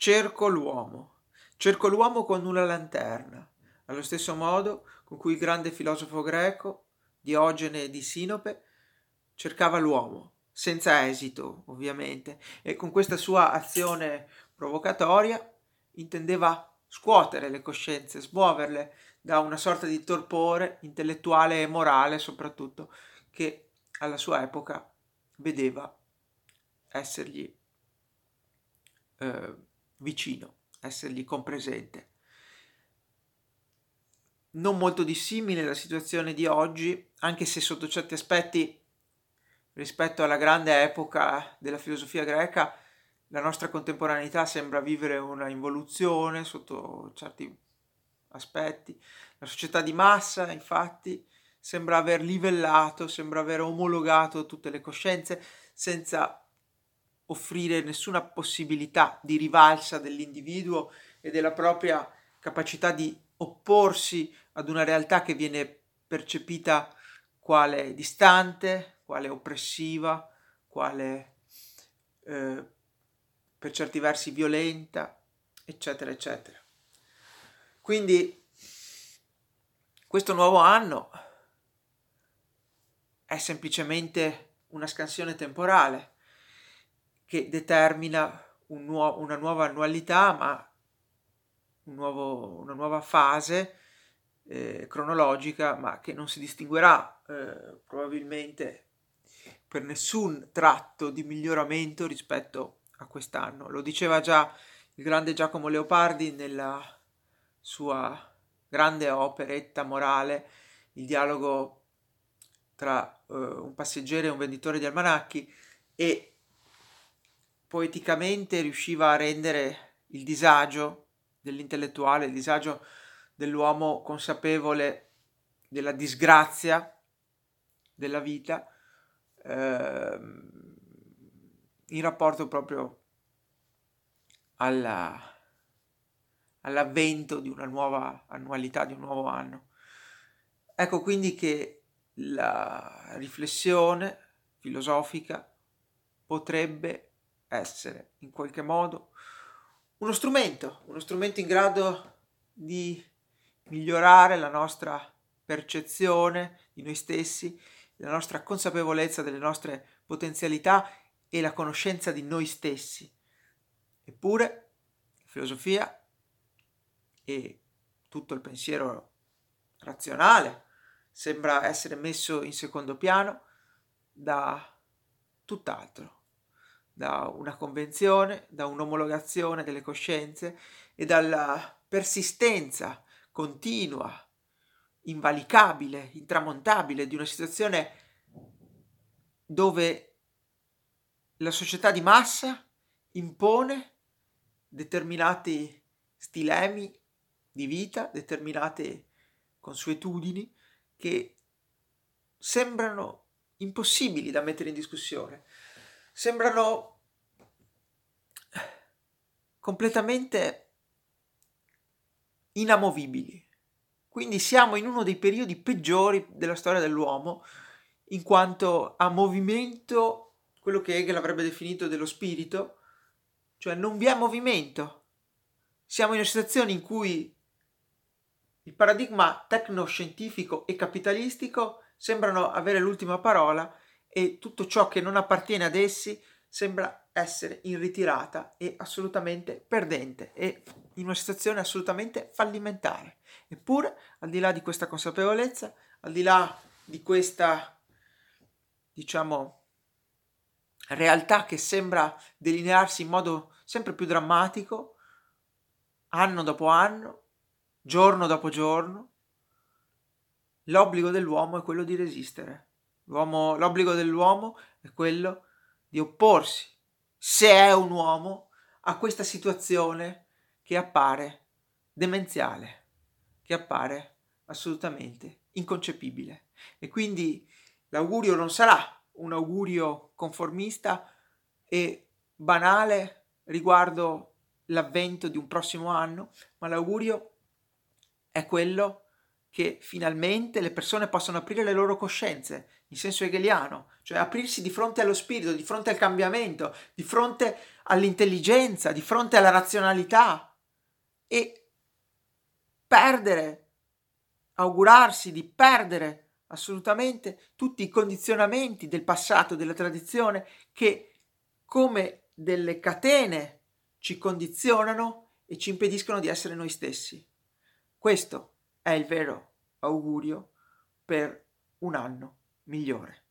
cerco l'uomo con una lanterna, allo stesso modo con cui il grande filosofo greco Diogene di Sinope cercava l'uomo, senza esito ovviamente, e con questa sua azione provocatoria intendeva scuotere le coscienze, smuoverle da una sorta di torpore intellettuale e morale soprattutto, che alla sua epoca vedeva essergli vicino, essergli compresente. Non molto dissimile la situazione di oggi, anche se sotto certi aspetti rispetto alla grande epoca della filosofia greca la nostra contemporaneità sembra vivere una involuzione sotto certi aspetti. La società di massa, infatti, sembra aver livellato, sembra aver omologato tutte le coscienze senza offrire nessuna possibilità di rivalsa dell'individuo e della propria capacità di opporsi ad una realtà che viene percepita quale distante, quale oppressiva, quale per certi versi violenta, eccetera, eccetera. Quindi questo nuovo anno è semplicemente una scansione temporale che determina una nuova annualità, ma una nuova fase cronologica, ma che non si distinguerà probabilmente per nessun tratto di miglioramento rispetto a quest'anno. Lo diceva già il grande Giacomo Leopardi nella sua grande operetta morale, il dialogo tra un passeggero e un venditore di almanacchi, e poeticamente riusciva a rendere il disagio dell'intellettuale, il disagio dell'uomo consapevole della disgrazia della vita in rapporto proprio all'avvento di una nuova annualità, di un nuovo anno. Ecco quindi che la riflessione filosofica potrebbe essere in qualche modo uno strumento in grado di migliorare la nostra percezione di noi stessi, la nostra consapevolezza delle nostre potenzialità e la conoscenza di noi stessi. Eppure la filosofia e tutto il pensiero razionale sembra essere messo in secondo piano da tutt'altro, da una convenzione, da un'omologazione delle coscienze e dalla persistenza continua, invalicabile, intramontabile di una situazione dove la società di massa impone determinati stilemi di vita, determinate consuetudini che sembrano impossibili da mettere in discussione, sembrano completamente inamovibili. Quindi siamo in uno dei periodi peggiori della storia dell'uomo in quanto a movimento, quello che Hegel avrebbe definito dello spirito, cioè non vi è movimento. Siamo in una situazione in cui il paradigma tecnoscientifico e capitalistico sembrano avere l'ultima parola e tutto ciò che non appartiene ad essi sembra essere in ritirata e assolutamente perdente e in una situazione assolutamente fallimentare. Eppure, al di là di questa consapevolezza, al di là di questa, realtà che sembra delinearsi in modo sempre più drammatico, anno dopo anno, giorno dopo giorno, l'obbligo dell'uomo è quello di resistere. L'obbligo dell'uomo è quello di opporsi, se è un uomo, a questa situazione che appare demenziale, che appare assolutamente inconcepibile. E quindi l'augurio non sarà un augurio conformista e banale riguardo l'avvento di un prossimo anno, ma l'augurio è quello che finalmente le persone possano aprire le loro coscienze in senso hegeliano, cioè aprirsi di fronte allo spirito, di fronte al cambiamento, di fronte all'intelligenza, di fronte alla razionalità e augurarsi di perdere assolutamente tutti i condizionamenti del passato, della tradizione, che come delle catene ci condizionano e ci impediscono di essere noi stessi. Questo è il vero augurio per un anno migliore.